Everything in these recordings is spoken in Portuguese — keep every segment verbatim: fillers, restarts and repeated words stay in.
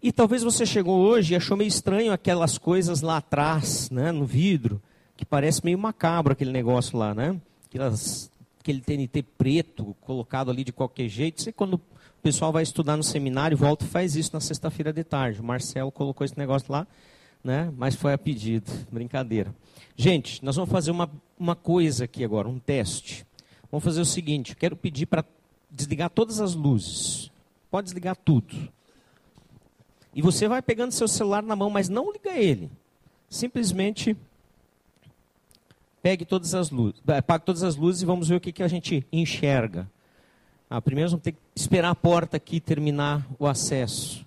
E talvez você chegou hoje e achou meio estranho aquelas coisas lá atrás, né, no vidro, que parece meio macabro aquele negócio lá, né? Aquelas, aquele T N T preto colocado ali de qualquer jeito. Você, quando o pessoal vai estudar no seminário, volta e faz isso na sexta-feira de tarde. O Marcelo colocou esse negócio lá, né? Mas foi a pedido, brincadeira. Gente, nós vamos fazer uma, uma coisa aqui agora, um teste. Vamos fazer o seguinte, quero pedir para desligar todas as luzes. Pode desligar tudo. E você vai pegando seu celular na mão, mas não liga ele. Simplesmente pegue todas as luzes, apague todas as luzes e vamos ver o que, que a gente enxerga. Ah, primeiro nós vamos ter que esperar a porta aqui terminar o acesso.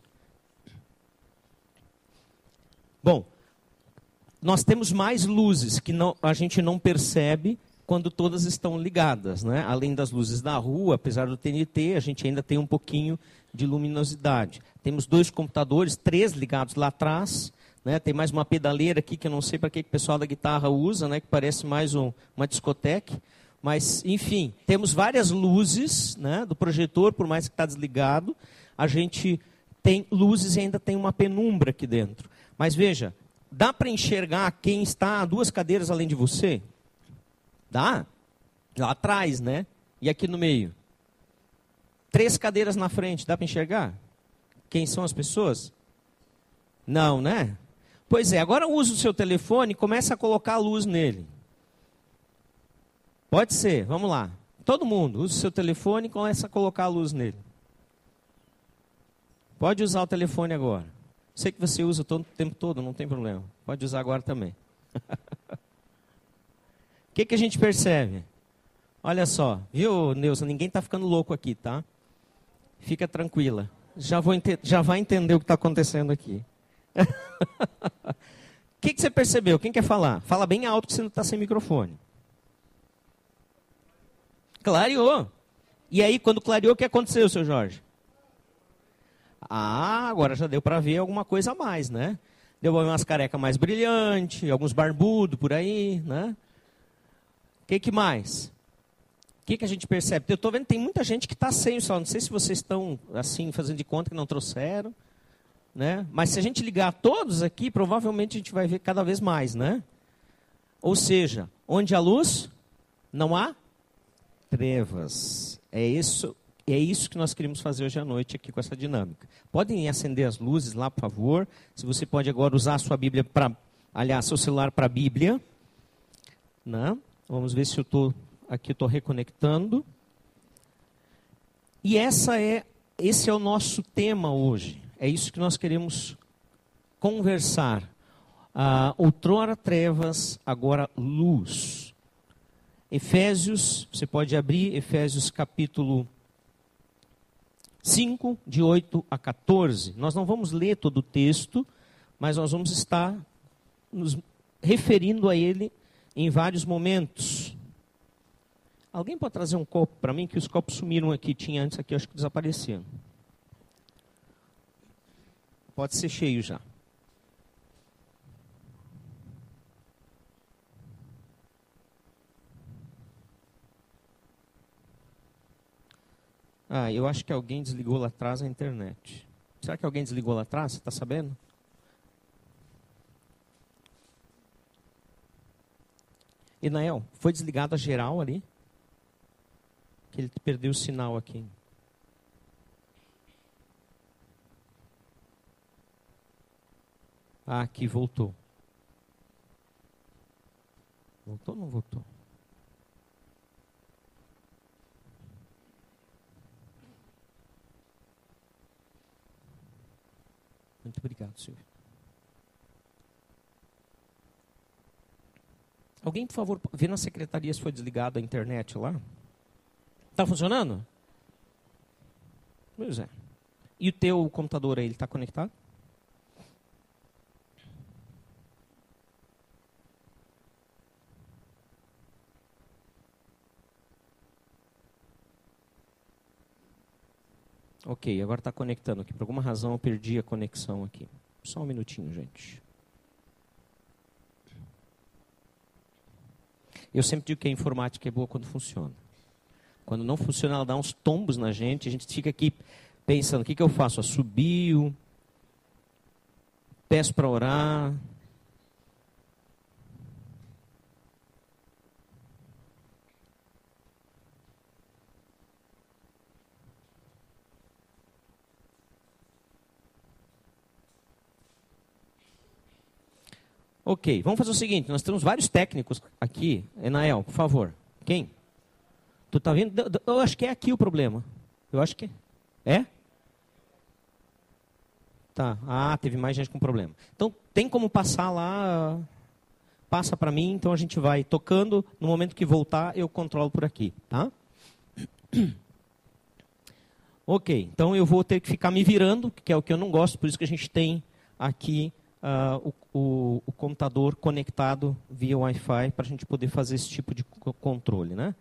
Bom, nós temos mais luzes que não, a gente não percebe quando todas estão ligadas, né? Além das luzes da rua, apesar do T N T, a gente ainda tem um pouquinho de luminosidade. Temos dois computadores, três ligados lá atrás, né? Tem mais uma pedaleira aqui que eu não sei para que o pessoal da guitarra usa, né? Que parece mais um, uma discoteca. Mas, enfim, temos várias luzes, né? Do projetor, por mais que está desligado. A gente tem luzes e ainda tem uma penumbra aqui dentro. Mas veja, dá para enxergar quem está a duas cadeiras além de você? Dá? Lá atrás, né? E aqui no meio? Três cadeiras na frente, dá para enxergar? Quem são as pessoas? Não, né? Pois é, agora use o seu telefone e comece a colocar a luz nele. Pode ser, vamos lá. Todo mundo, use o seu telefone e comece a colocar a luz nele. Pode usar o telefone agora. Sei que você usa todo, o tempo todo, não tem problema. Pode usar agora também. O que, que a gente percebe? Olha só, viu, Neuza? Ninguém está ficando louco aqui, tá? Fica tranquila. Já, vou já vai entender o que está acontecendo aqui. O que, que você percebeu? Quem quer falar? Fala bem alto que você não está sem microfone. Clareou. E aí, quando clareou, o que aconteceu, seu Jorge? Ah, agora já deu para ver alguma coisa a mais, né? Deu para ver umas carecas mais brilhantes, alguns barbudos por aí, né? O que, que mais? O que, que a gente percebe? Eu estou vendo que tem muita gente que está sem o celular. Não sei se vocês estão assim fazendo de conta que não trouxeram, né? Mas se a gente ligar todos aqui, provavelmente a gente vai ver cada vez mais, né? Ou seja, onde há luz, não há trevas. É isso, é isso que nós queremos fazer hoje à noite aqui com essa dinâmica. Podem acender as luzes lá, por favor. Se você pode agora usar a sua Bíblia para, aliás, seu celular para a Bíblia, né? Vamos ver se eu estou aqui, estou reconectando. E essa é, esse é o nosso tema hoje. É isso que nós queremos conversar. Ah, outrora trevas, agora luz. Efésios, você pode abrir Efésios capítulo cinco, de oito a quatorze. Nós não vamos ler todo o texto, mas nós vamos estar nos referindo a ele em vários momentos. Alguém pode trazer um copo para mim? Que os copos sumiram aqui. Tinha antes aqui, acho que desapareceram. Pode ser cheio já. Ah, eu acho que alguém desligou lá atrás a internet. Será que alguém desligou lá atrás? Você está sabendo? Inael, foi desligada a geral ali? Que ele perdeu o sinal aqui. Ah, aqui voltou. Voltou ou não voltou? Muito obrigado, Silvio. Alguém, por favor, vê na secretaria se foi desligado a internet lá? Está funcionando? Pois é. E o teu computador aí, ele está conectado? Ok, agora está conectando aqui. Por alguma razão eu perdi a conexão aqui. Só um minutinho, gente. Eu sempre digo que a informática é boa quando funciona. Quando não funciona, ela dá uns tombos na gente. A gente fica aqui pensando, o que, que eu faço? Ah, subiu, Peço para orar. Ok, vamos fazer o seguinte, nós temos vários técnicos aqui. Enael, por favor. Quem? Tu tá vendo? Eu acho que é aqui o problema. Eu acho que é. É? Tá. Ah, teve mais gente com problema. Então, tem como passar lá? Passa para mim, então a gente vai tocando. No momento que voltar, eu controlo por aqui, tá? Ok, então eu vou ter que ficar me virando, que é o que eu não gosto, por isso que a gente tem aqui Uh, o, o, o computador conectado via Wi-Fi para a gente poder fazer esse tipo de controle, né?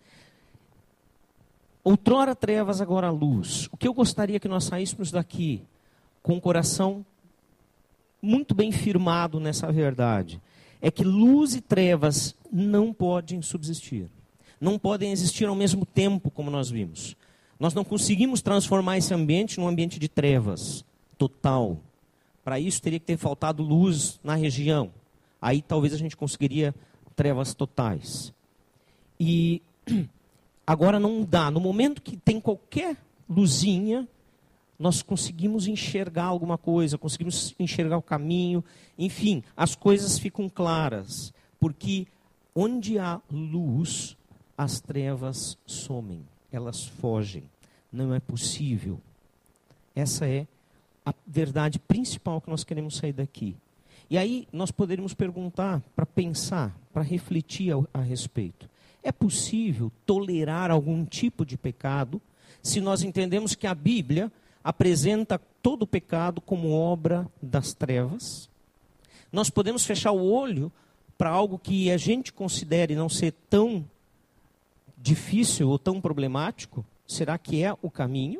Outrora trevas, agora luz. O que eu gostaria que nós saíssemos daqui com o coração muito bem firmado nessa verdade é que luz e trevas não podem subsistir. Não podem existir ao mesmo tempo, como nós vimos. Nós não conseguimos transformar esse ambiente num ambiente de trevas total. Para isso, teria que ter faltado luz na região. Aí, talvez, a gente conseguiria trevas totais. E agora não dá. No momento que tem qualquer luzinha, nós conseguimos enxergar alguma coisa, conseguimos enxergar o caminho. Enfim, as coisas ficam claras. Porque onde há luz, as trevas somem. Elas fogem. Não é possível. Essa é a verdade principal que nós queremos sair daqui. E aí nós poderíamos perguntar, para pensar, para refletir a, a respeito. É possível tolerar algum tipo de pecado se nós entendemos que a Bíblia apresenta todo o pecado como obra das trevas? Nós podemos fechar o olho para algo que a gente considere não ser tão difícil ou tão problemático? Será que é o caminho?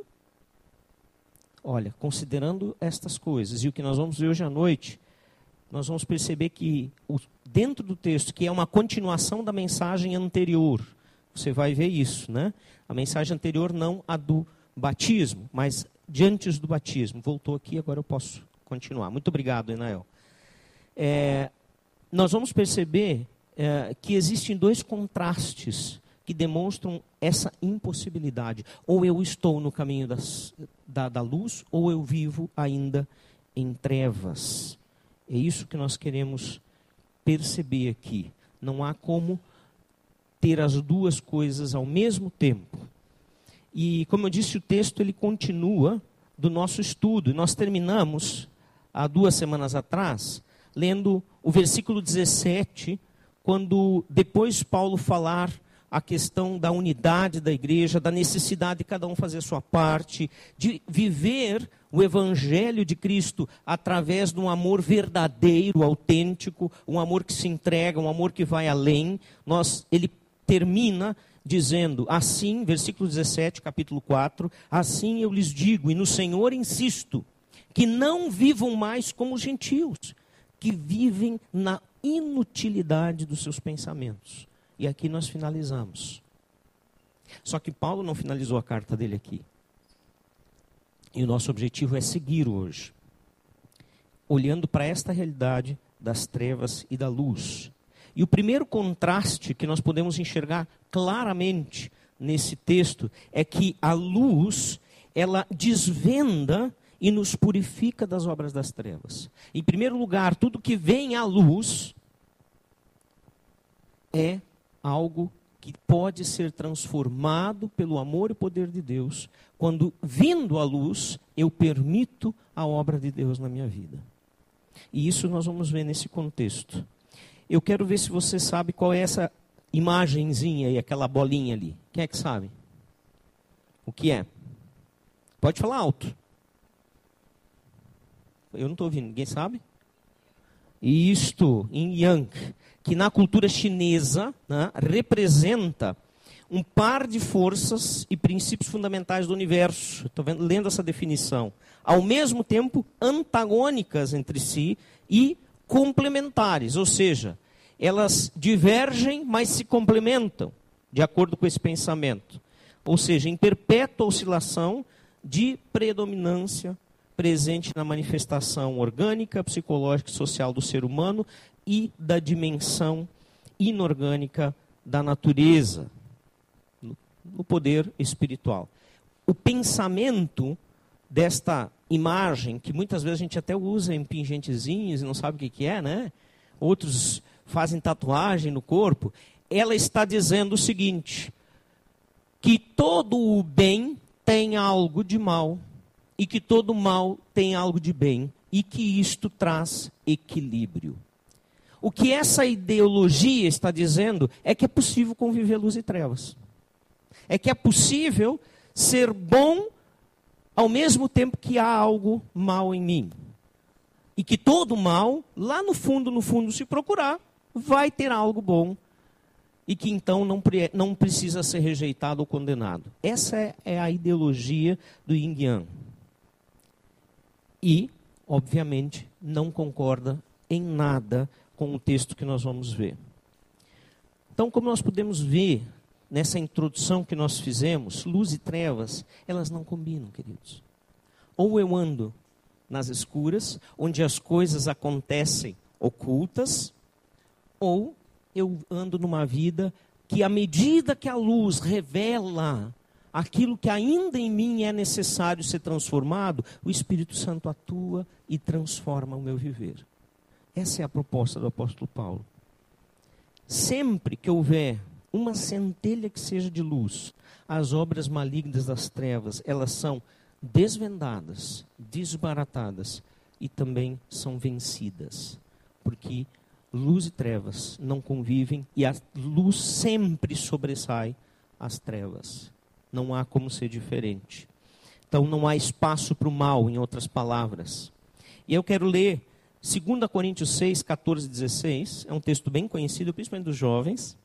Olha, considerando estas coisas e o que nós vamos ver hoje à noite, nós vamos perceber que o, dentro do texto, que é uma continuação da mensagem anterior, você vai ver isso, né? A mensagem anterior não a do batismo, mas de antes do batismo. Voltou aqui, agora eu posso continuar. Muito obrigado, Enael. É, nós vamos perceber é, que existem dois contrastes que demonstram essa impossibilidade. Ou eu estou no caminho das, da, da luz, ou eu vivo ainda em trevas. É isso que nós queremos perceber aqui. Não há como ter as duas coisas ao mesmo tempo. E, como eu disse, o texto ele continua do nosso estudo. Nós terminamos, há duas semanas atrás, lendo o versículo dezessete, quando depois Paulo falar a questão da unidade da igreja, da necessidade de cada um fazer a sua parte, de viver o evangelho de Cristo através de um amor verdadeiro, autêntico, um amor que se entrega, um amor que vai além. Nós, ele termina dizendo, assim, versículo dezessete, capítulo quatro, assim eu lhes digo, e no Senhor insisto, que não vivam mais como os gentios, que vivem na inutilidade dos seus pensamentos. E aqui nós finalizamos. Só que Paulo não finalizou a carta dele aqui. E o nosso objetivo é seguir hoje, olhando para esta realidade das trevas e da luz. E o primeiro contraste que nós podemos enxergar claramente nesse texto é que a luz, ela desvenda e nos purifica das obras das trevas. Em primeiro lugar, tudo que vem à luz é algo que pode ser transformado pelo amor e poder de Deus, quando, vindo à luz, eu permito a obra de Deus na minha vida. E isso nós vamos ver nesse contexto. Eu quero ver se você sabe qual é essa imagenzinha aí, aquela bolinha ali. Quem é que sabe? O que é? Pode falar alto. Eu não estou ouvindo, ninguém sabe? Isto, em Yang, que na cultura chinesa, né, representa um par de forças e princípios fundamentais do universo. Estou lendo essa definição. Ao mesmo tempo, antagônicas entre si e complementares. Ou seja, elas divergem, mas se complementam, de acordo com esse pensamento. Ou seja, em perpétua oscilação de predominância presente na manifestação orgânica, psicológica e social do ser humano e da dimensão inorgânica da natureza, no poder espiritual. O pensamento desta imagem, que muitas vezes a gente até usa em pingentezinhos e não sabe o que que é, né? Outros fazem tatuagem no corpo. Ela está dizendo o seguinte, que todo o bem tem algo de mal e que todo mal tem algo de bem e que isto traz equilíbrio. O que essa ideologia está dizendo é que é possível conviver luz e trevas. É que é possível ser bom ao mesmo tempo que há algo mal em mim. E que todo mal, lá no fundo, no fundo, se procurar, vai ter algo bom. E que então não, não precisa ser rejeitado ou condenado. Essa é, é a ideologia do Yin Yang. E, obviamente, não concorda em nada com o texto que nós vamos ver. Então, como nós podemos ver nessa introdução que nós fizemos, luz e trevas, elas não combinam, queridos. Ou eu ando nas escuras, onde as coisas acontecem ocultas, ou eu ando numa vida que, à medida que a luz revela aquilo que ainda em mim é necessário ser transformado, o Espírito Santo atua e transforma o meu viver. Essa é a proposta do apóstolo Paulo. Sempre que houver uma centelha que seja de luz, as obras malignas das trevas, elas são desvendadas, desbaratadas e também são vencidas. Porque luz e trevas não convivem e a luz sempre sobressai as trevas. Não há como ser diferente. Então não há espaço para o mal, em outras palavras. E eu quero ler dois Coríntios seis, catorze e dezesseis. É um texto bem conhecido, principalmente dos jovens.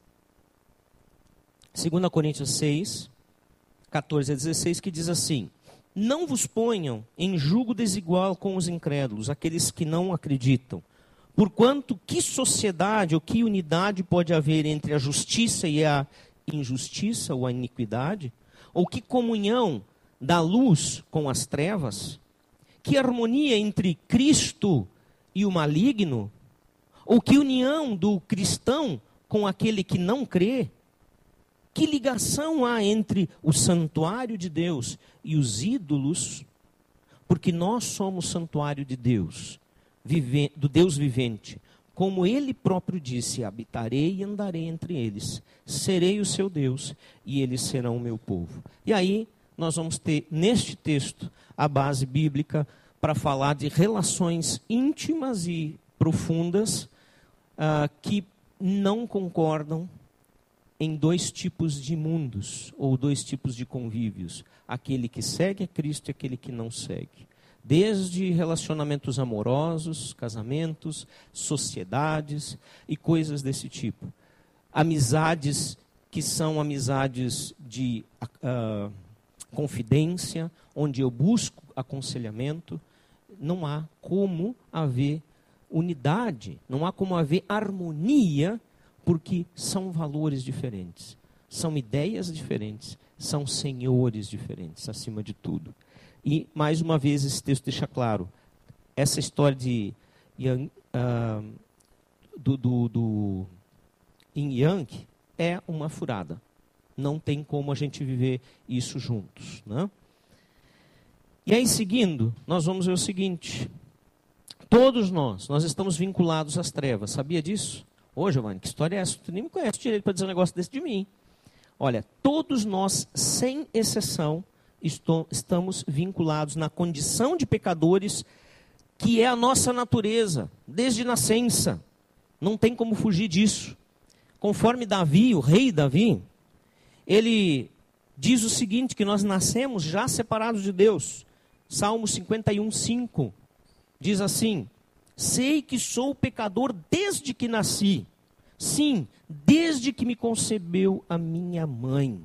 dois Coríntios seis, catorze a dezesseis, que diz assim: não vos ponham em julgo desigual com os incrédulos, aqueles que não acreditam. Porquanto, que sociedade ou que unidade pode haver entre a justiça e a injustiça ou a iniquidade? Ou que comunhão da luz com as trevas? Que harmonia entre Cristo e o maligno? Ou que união do cristão com aquele que não crê? Que ligação há entre o santuário de Deus e os ídolos? Porque nós somos santuário de Deus, vive, do Deus vivente. Como Ele próprio disse, habitarei e andarei entre eles. Serei o seu Deus e eles serão o meu povo. E aí nós vamos ter neste texto a base bíblica para falar de relações íntimas e profundas uh, que não concordam em dois tipos de mundos, ou dois tipos de convívios. Aquele que segue a Cristo e aquele que não segue. Desde relacionamentos amorosos, casamentos, sociedades e coisas desse tipo. Amizades que são amizades de uh, confidência, onde eu busco aconselhamento. Não há como haver unidade, não há como haver harmonia, porque são valores diferentes, são ideias diferentes, são senhores diferentes, acima de tudo. E, mais uma vez, esse texto deixa claro, essa história de Yang, uh, do, do, do Yin Yang é uma furada. Não tem como a gente viver isso juntos, né? E aí, seguindo, nós vamos ver o seguinte: todos nós, nós estamos vinculados às trevas, sabia disso? Ô, Giovanni, que história é essa? Tu nem me conhece direito para dizer um negócio desse de mim. Olha, todos nós, sem exceção, estou, estamos vinculados na condição de pecadores, que é a nossa natureza, desde nascença. Não tem como fugir disso. Conforme Davi, o rei Davi, ele diz o seguinte, que nós nascemos já separados de Deus. Salmo cinquenta e um, cinco, diz assim: sei que sou pecador desde que nasci. Sim, desde que me concebeu a minha mãe.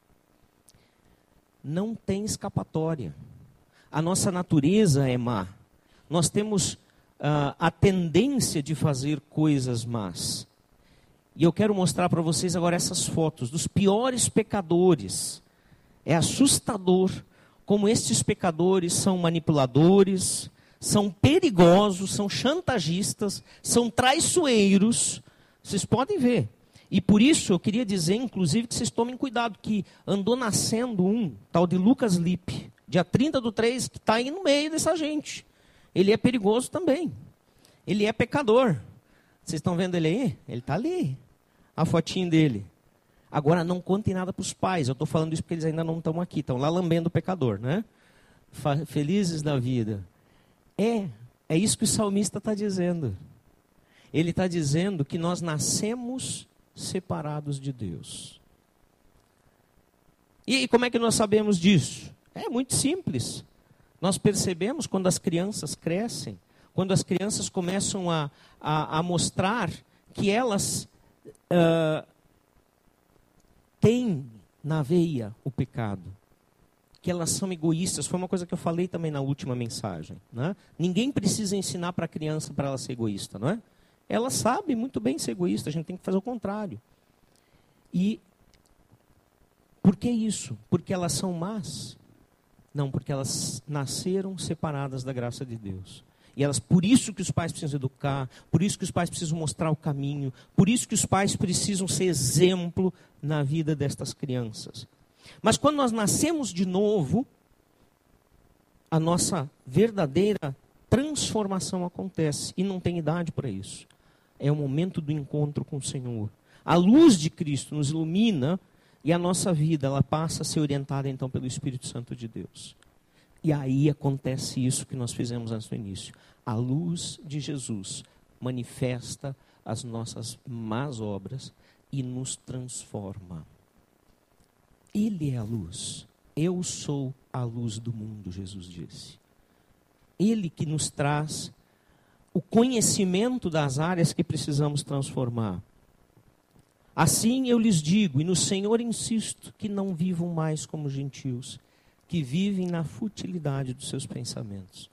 Não tem escapatória. A nossa natureza é má. Nós temos uh, a tendência de fazer coisas más. E eu quero mostrar para vocês agora essas fotos dos piores pecadores. É assustador como estes pecadores são manipuladores, são perigosos, são chantagistas, são traiçoeiros. Vocês podem ver. E por isso eu queria dizer, inclusive, que vocês tomem cuidado, que andou nascendo um tal de Lucas Lippe, dia trinta do três, que está aí no meio dessa gente. Ele é perigoso também. Ele é pecador. Vocês estão vendo ele aí? Ele está ali. A fotinho dele. Agora, não contem nada para os pais. Eu estou falando isso porque eles ainda não estão aqui. Estão lá lambendo o pecador, né? Felizes da vida. É, é isso que o salmista está dizendo. Ele está dizendo que nós nascemos separados de Deus. E aí, como é que nós sabemos disso? É muito simples. Nós percebemos quando as crianças crescem, quando as crianças começam a, a, a mostrar que elas uh, têm na veia o pecado, que elas são egoístas. Foi uma coisa que eu falei também na última mensagem, né? Ninguém precisa ensinar para a criança para ela ser egoísta, não é? Ela sabe muito bem ser egoísta, a gente tem que fazer o contrário. E por que isso? Porque elas são más? Não, porque elas nasceram separadas da graça de Deus. E elas, por isso que os pais precisam educar, por isso que os pais precisam mostrar o caminho, por isso que os pais precisam ser exemplo na vida destas crianças. Mas quando nós nascemos de novo, a nossa verdadeira transformação acontece. E não tem idade para isso. É o momento do encontro com o Senhor. A luz de Cristo nos ilumina e a nossa vida ela passa a ser orientada então pelo Espírito Santo de Deus. E aí acontece isso que nós fizemos antes no início. A luz de Jesus manifesta as nossas más obras e nos transforma. Ele é a luz. Eu sou a luz do mundo, Jesus disse. Ele que nos traz o conhecimento das áreas que precisamos transformar. Assim eu lhes digo, e no Senhor insisto, que não vivam mais como gentios, que vivem na futilidade dos seus pensamentos.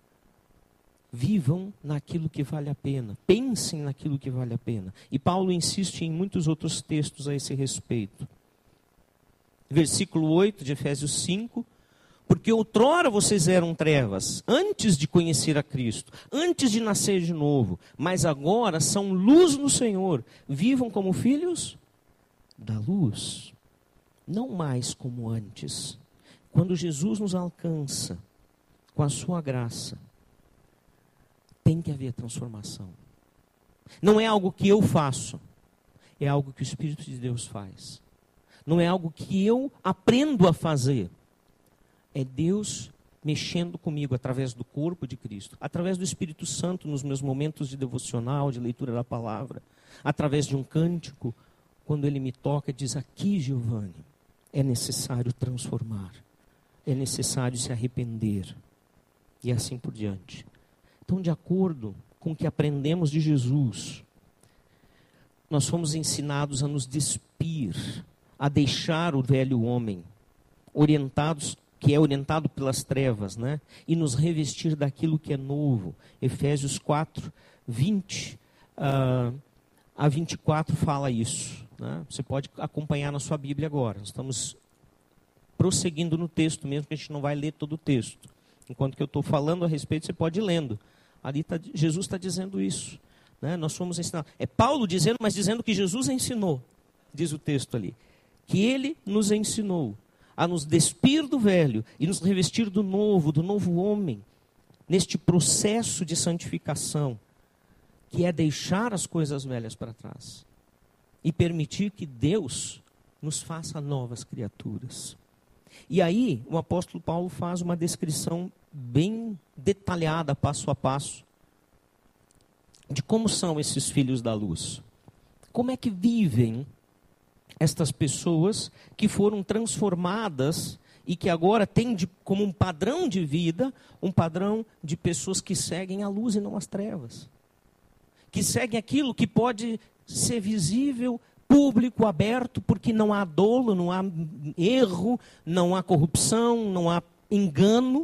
Vivam naquilo que vale a pena. Pensem naquilo que vale a pena. E Paulo insiste em muitos outros textos a esse respeito. Versículo oito de Efésios cinco. Porque outrora vocês eram trevas, antes de conhecer a Cristo, antes de nascer de novo. Mas agora são luz no Senhor. Vivam como filhos da luz. Não mais como antes. Quando Jesus nos alcança com a sua graça, tem que haver transformação. Não é algo que eu faço, é algo que o Espírito de Deus faz. Não é algo que eu aprendo a fazer. É Deus mexendo comigo através do corpo de Cristo, através do Espírito Santo nos meus momentos de devocional, de leitura da palavra, através de um cântico, quando Ele me toca e diz, aqui, Giovanni, é necessário transformar, é necessário se arrepender, e assim por diante. Então, de acordo com o que aprendemos de Jesus, nós fomos ensinados a nos despir, a deixar o velho homem, orientados, que é orientado pelas trevas, né? E nos revestir daquilo que é novo. Efésios quatro, vinte uh, a vinte e quatro fala isso, né? Você pode acompanhar na sua Bíblia agora. Nós estamos prosseguindo no texto, mesmo que a gente não vai ler todo o texto. Enquanto que eu estou falando a respeito, você pode ir lendo. Ali tá, Jesus está dizendo isso, né? Nós fomos ensinados. É Paulo dizendo, mas dizendo que Jesus ensinou, diz o texto ali. Que Ele nos ensinou a nos despir do velho e nos revestir do novo, do novo homem, neste processo de santificação, que é deixar as coisas velhas para trás e permitir que Deus nos faça novas criaturas. E aí, o apóstolo Paulo faz uma descrição bem detalhada, passo a passo, de como são esses filhos da luz. Como é que vivem estas pessoas que foram transformadas e que agora têm de, como um padrão de vida, um padrão de pessoas que seguem a luz e não as trevas. Que seguem aquilo que pode ser visível, público, aberto, porque não há dolo, não há erro, não há corrupção, não há engano.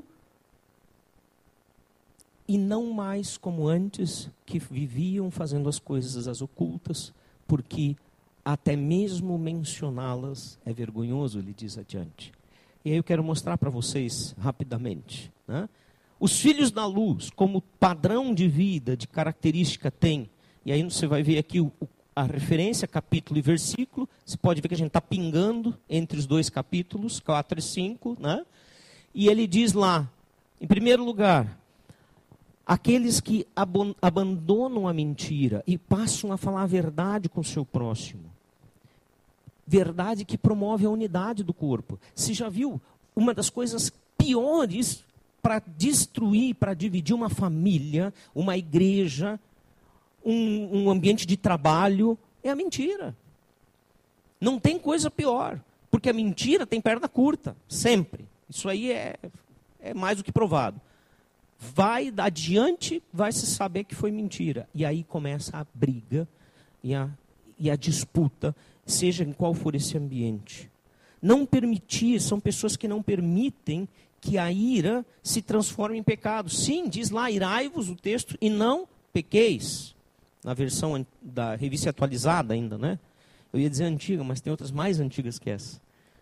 E não mais como antes, que viviam fazendo as coisas às ocultas, porque até mesmo mencioná-las é vergonhoso, ele diz adiante. E aí eu quero mostrar para vocês rapidamente, né? Os filhos da luz, como padrão de vida, de característica, tem. E aí você vai ver aqui o, a referência, capítulo e versículo. Você pode ver que a gente está pingando entre os dois capítulos, quatro e cinco, né? E ele diz lá, em primeiro lugar, aqueles que abandonam a mentira e passam a falar a verdade com o seu próximo. Verdade que promove a unidade do corpo. Você já viu uma das coisas piores para destruir, para dividir uma família, uma igreja, um, um ambiente de trabalho, é a mentira. Não tem coisa pior, porque a mentira tem perna curta, sempre. Isso aí é, é mais do que provado. Vai adiante, vai se saber que foi mentira. E aí começa a briga e a, e a disputa, seja em qual for esse ambiente. Não permitir, são pessoas que não permitem que a ira se transforme em pecado. Sim, diz lá, irai-vos o texto, e não pequeis. Na versão da revista atualizada ainda, né? Eu ia dizer antiga, mas tem outras mais antigas que essa.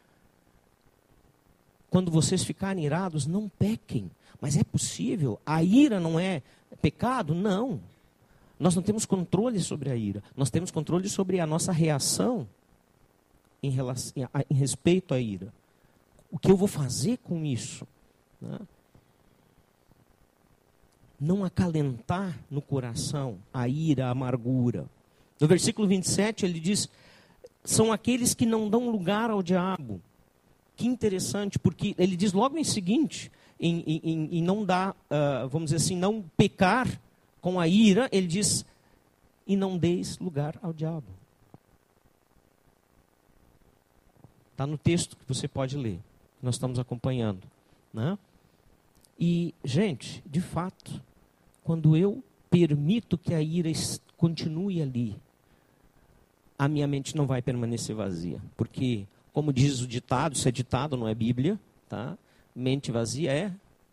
Quando vocês ficarem irados, não pequem. Mas é possível? A ira não é pecado? Não. Nós não temos controle sobre a ira. Nós temos controle sobre a nossa reação em, relação, em respeito à ira. O que eu vou fazer com isso? Né? Não acalentar no coração a ira, a amargura. No versículo vinte e sete ele diz, são aqueles que não dão lugar ao diabo. Que interessante, porque ele diz logo em seguinte, em, em, em não dar, uh, vamos dizer assim, não pecar com a ira, ele diz, e não deis lugar ao diabo. Está no texto que você pode ler, que nós estamos acompanhando. Né? E, gente, de fato, quando eu permito que a ira continue ali, a minha mente não vai permanecer vazia. Porque, como diz o ditado, isso é ditado, não é Bíblia, tá? Mente vazia é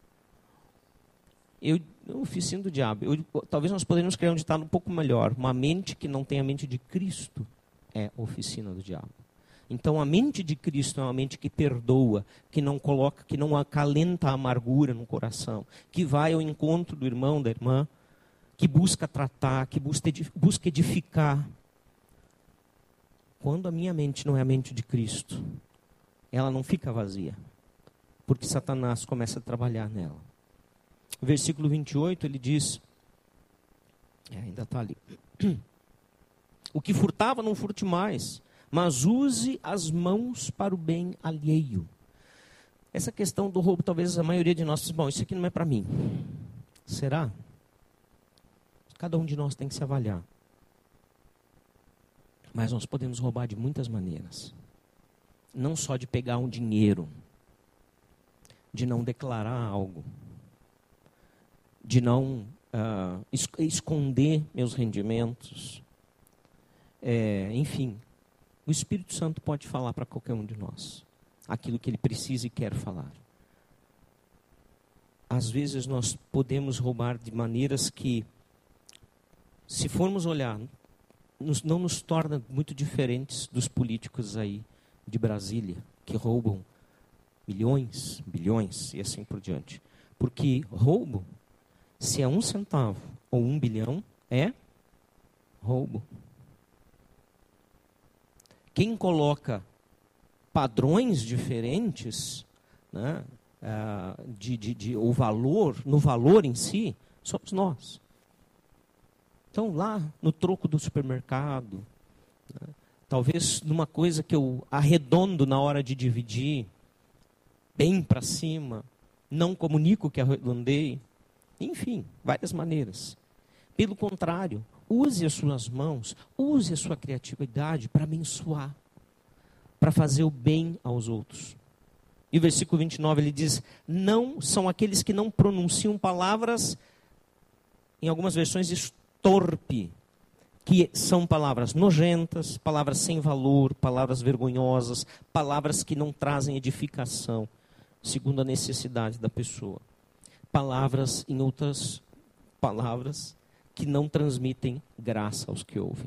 eu, eu oficina do diabo. Eu, talvez nós poderíamos criar um ditado um pouco melhor. Uma mente que não tem a mente de Cristo é oficina do diabo. Então a mente de Cristo é uma mente que perdoa, que não coloca, que não acalenta a amargura no coração, que vai ao encontro do irmão, da irmã, que busca tratar, que busca edificar. Quando a minha mente não é a mente de Cristo, ela não fica vazia, porque Satanás começa a trabalhar nela. O versículo vinte e oito, ele diz, é, ainda está ali, o que furtava não furte mais, mas use as mãos para o bem alheio. Essa questão do roubo, talvez a maioria de nós diz, bom, isso aqui não é para mim. Será? Cada um de nós tem que se avaliar. Mas nós podemos roubar de muitas maneiras. Não só de pegar um dinheiro, de não declarar algo, de não uh, es- esconder meus rendimentos. É, enfim, o Espírito Santo pode falar para qualquer um de nós aquilo que ele precisa e quer falar. Às vezes nós podemos roubar de maneiras que, se formos olhar, nos, não nos torna muito diferentes dos políticos aí de Brasília, que roubam milhões, bilhões e assim por diante. Porque roubo, se é um centavo ou um bilhão, é roubo. Quem coloca padrões diferentes, né, uh, de, de, de, o valor, no valor em si, somos nós. Então, lá no troco do supermercado, né, talvez numa coisa que eu arredondo na hora de dividir, bem para cima, não comunico que arredondei, enfim, várias maneiras. Pelo contrário, use as suas mãos, use a sua criatividade para abençoar, para fazer o bem aos outros. E o versículo vinte e nove ele diz, não são aqueles que não pronunciam palavras, em algumas versões diz torpe, que são palavras nojentas, palavras sem valor, palavras vergonhosas, palavras que não trazem edificação, segundo a necessidade da pessoa. Palavras, em outras palavras, que não transmitem graça aos que ouvem.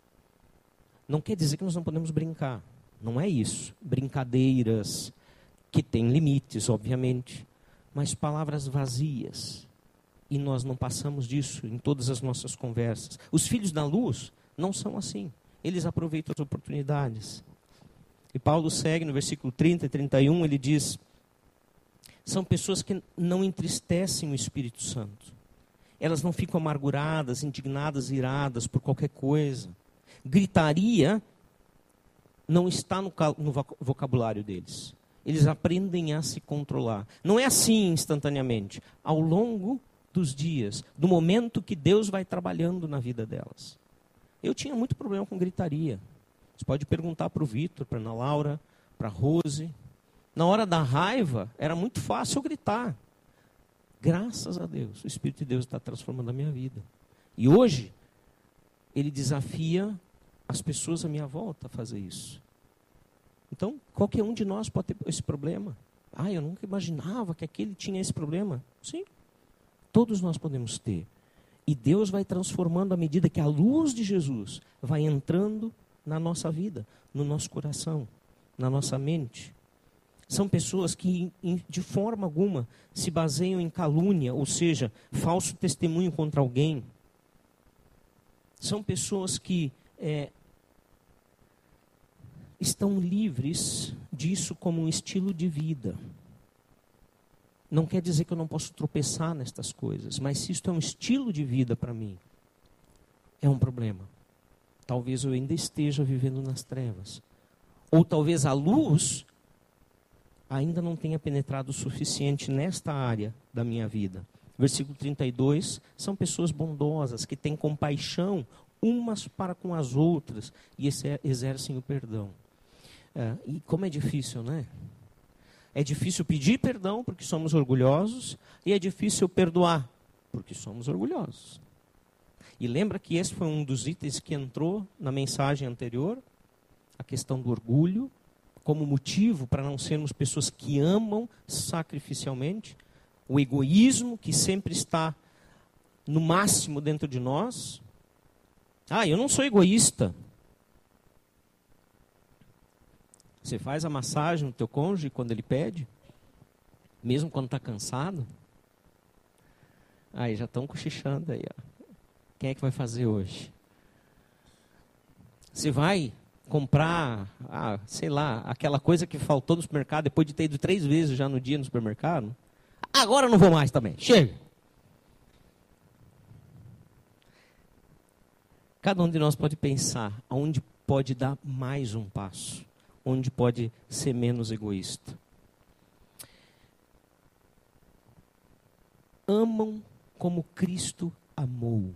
Não quer dizer que nós não podemos brincar. Não é isso. Brincadeiras, que tem limites, obviamente, mas palavras vazias. E nós não passamos disso em todas as nossas conversas. Os filhos da luz não são assim. Eles aproveitam as oportunidades. E Paulo segue no versículo trinta e trinta e um, ele diz: são pessoas que não entristecem o Espírito Santo. Elas não ficam amarguradas, indignadas, iradas por qualquer coisa. Gritaria não está no, no vocabulário deles. Eles aprendem a se controlar. Não é assim instantaneamente. Ao longo dos dias, do momento que Deus vai trabalhando na vida delas. Eu tinha muito problema com gritaria. Você pode perguntar para o Vitor, para a Ana Laura, para a Rose. Na hora da raiva, era muito fácil eu gritar. Graças a Deus, o Espírito de Deus está transformando a minha vida. E hoje, Ele desafia as pessoas à minha volta a fazer isso. Então, qualquer um de nós pode ter esse problema. Ah, eu nunca imaginava que aquele tinha esse problema. Sim, todos nós podemos ter. E Deus vai transformando à medida que a luz de Jesus vai entrando na nossa vida, no nosso coração, na nossa mente. São pessoas que, de forma alguma, se baseiam em calúnia, ou seja, falso testemunho contra alguém. São pessoas que é, estão livres disso como um estilo de vida. Não quer dizer que eu não posso tropeçar nestas coisas, mas se isto é um estilo de vida para mim, é um problema. Talvez eu ainda esteja vivendo nas trevas. Ou talvez a luz ainda não tenha penetrado o suficiente nesta área da minha vida. Versículo trinta e dois, são pessoas bondosas, que têm compaixão umas para com as outras e exercem o perdão. É, e como é difícil, né? É difícil pedir perdão porque somos orgulhosos e é difícil perdoar porque somos orgulhosos. E lembra que esse foi um dos itens que entrou na mensagem anterior, a questão do orgulho, como motivo para não sermos pessoas que amam sacrificialmente, o egoísmo que sempre está no máximo dentro de nós. Ah, eu não sou egoísta. Você faz a massagem no teu cônjuge quando ele pede? Mesmo quando está cansado? Aí já estão cochichando aí, ó. Quem é que vai fazer hoje? Você vai comprar, ah, sei lá, aquela coisa que faltou no supermercado depois de ter ido três vezes já no dia no supermercado? Agora eu não vou mais também. Chega! Cada um de nós pode pensar aonde pode dar mais um passo, onde pode ser menos egoísta. Amam como Cristo amou.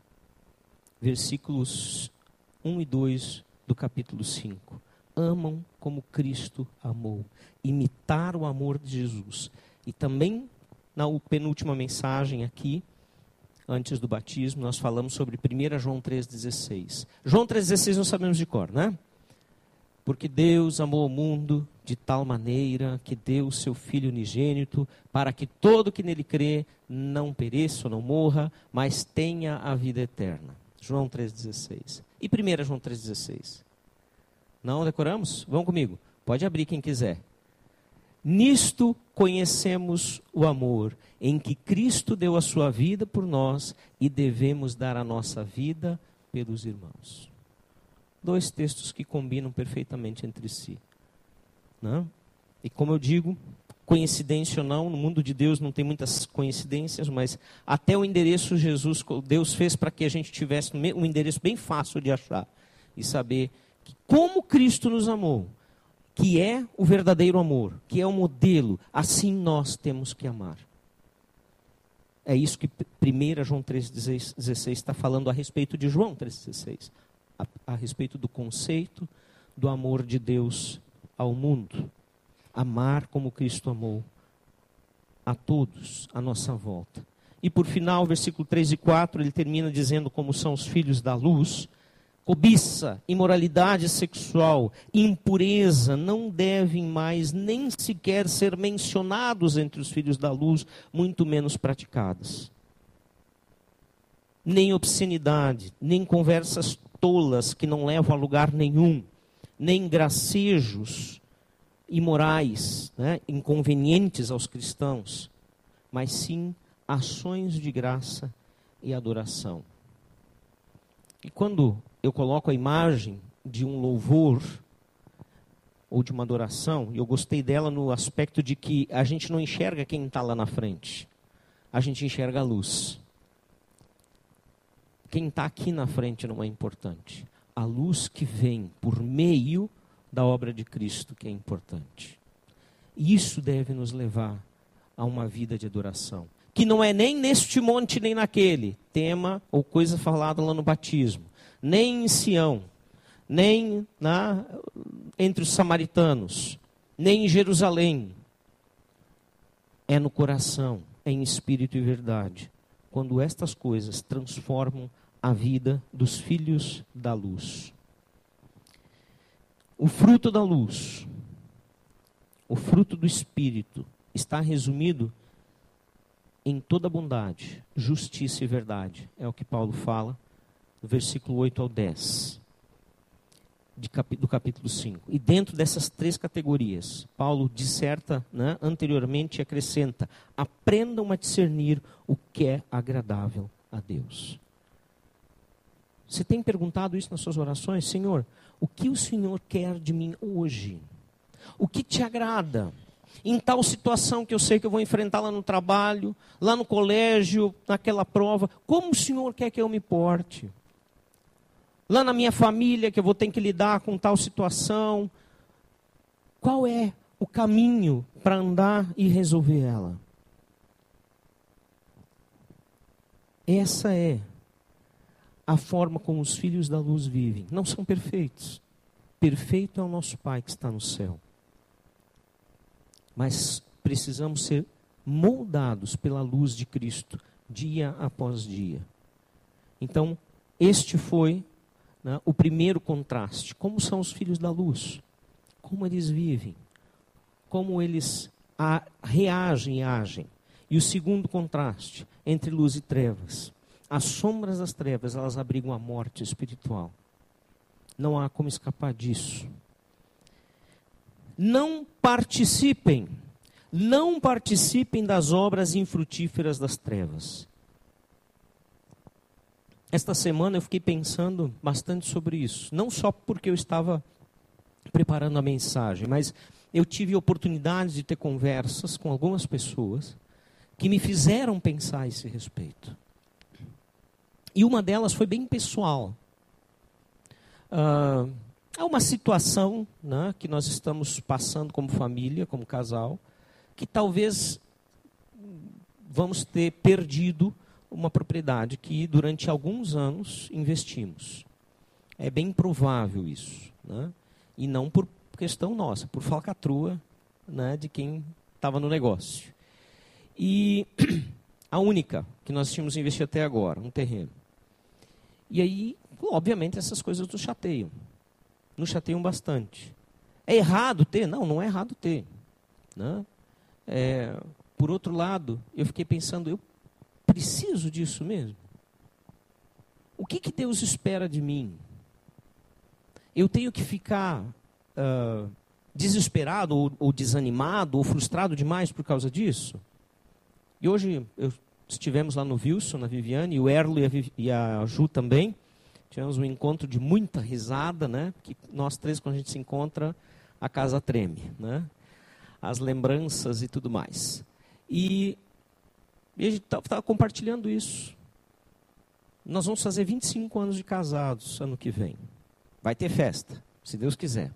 Versículos um e dois do capítulo cinco. Amam como Cristo amou. Imitar o amor de Jesus. E também, na penúltima mensagem aqui, antes do batismo, nós falamos sobre primeira João três dezesseis. João três dezesseis nós sabemos de cor, né? Porque Deus amou o mundo de tal maneira que deu o seu Filho unigênito, para que todo que nele crê não pereça ou não morra, mas tenha a vida eterna. João três dezesseis. E primeira João três dezesseis? Não decoramos? Vão comigo. Pode abrir quem quiser. Nisto conhecemos o amor, em que Cristo deu a sua vida por nós e devemos dar a nossa vida pelos irmãos. Dois textos que combinam perfeitamente entre si. Não? E como eu digo, coincidência ou não, no mundo de Deus não tem muitas coincidências, mas até o endereço Jesus, Deus fez para que a gente tivesse um endereço bem fácil de achar. E saber que como Cristo nos amou, que é o verdadeiro amor, que é o modelo, assim nós temos que amar. É isso que primeira João três dezesseis está falando a respeito de João três dezesseis. A, a respeito do conceito do amor de Deus ao mundo. Amar como Cristo amou a todos à nossa volta. E por final, versículo três e quatro, ele termina dizendo como são os filhos da luz. Cobiça, imoralidade sexual, impureza não devem mais nem sequer ser mencionados entre os filhos da luz, muito menos praticadas. Nem obscenidade, nem conversas tolas que não levam a lugar nenhum, nem gracejos imorais, né, inconvenientes aos cristãos, mas sim ações de graça e adoração. E quando eu coloco a imagem de um louvor ou de uma adoração, e eu gostei dela no aspecto de que a gente não enxerga quem está lá na frente, a gente enxerga a luz. Quem está aqui na frente não é importante. A luz que vem por meio da obra de Cristo que é importante. Isso deve nos levar a uma vida de adoração. Que não é nem neste monte nem naquele, tema ou coisa falada lá no batismo. Nem em Sião, nem na, entre os samaritanos, nem em Jerusalém. É no coração, é em espírito e verdade. Quando estas coisas transformam a vida dos filhos da luz. O fruto da luz, o fruto do Espírito, está resumido em toda bondade, justiça e verdade. É o que Paulo fala no versículo oito ao dez, de cap, do capítulo cinco. E dentro dessas três categorias, Paulo disserta, né, anteriormente e acrescenta: aprendam a discernir o que é agradável a Deus. Você tem perguntado isso nas suas orações? Senhor, o que o Senhor quer de mim hoje? O que te agrada? Em tal situação que eu sei que eu vou enfrentar lá no trabalho, lá no colégio, naquela prova, como o Senhor quer que eu me porte? Lá na minha família, que eu vou ter que lidar com tal situação, qual é o caminho para andar e resolver ela? Essa é a forma como os filhos da luz vivem. Não são perfeitos. Perfeito é o nosso Pai que está no céu. Mas precisamos ser moldados pela luz de Cristo, dia após dia. Então, este foi, né, o primeiro contraste. Como são os filhos da luz? Como eles vivem? Como eles a, reagem e agem? E o segundo contraste, entre luz e trevas. As sombras das trevas, elas abrigam a morte espiritual. Não há como escapar disso. Não participem, não participem das obras infrutíferas das trevas. Esta semana eu fiquei pensando bastante sobre isso. Não só porque eu estava preparando a mensagem, mas eu tive oportunidade de ter conversas com algumas pessoas que me fizeram pensar a esse respeito. E uma delas foi bem pessoal. Uh, há uma situação, né, que nós estamos passando como família, como casal, que talvez vamos ter perdido uma propriedade que durante alguns anos investimos. É bem provável isso, né? E não por questão nossa, por falcatrua, né, de quem estava no negócio. E a única que nós tínhamos investido até agora, um terreno. E aí, obviamente, essas coisas nos chateiam. Nos chateiam bastante. É errado ter? Não, não é errado ter. Né? É, por outro lado, eu fiquei pensando, eu preciso disso mesmo? O que, que Deus espera de mim? Eu tenho que ficar uh, desesperado, ou, ou desanimado, ou frustrado demais por causa disso? E hoje eu estivemos lá no Wilson, na Viviane, e o Erlo e a, Vivi, e a Ju também. Tivemos um encontro de muita risada, né? Que nós três, quando a gente se encontra, a casa treme, né? As lembranças e tudo mais. E, e a gente estava compartilhando isso. Nós vamos fazer vinte e cinco anos de casados ano que vem. Vai ter festa, se Deus quiser.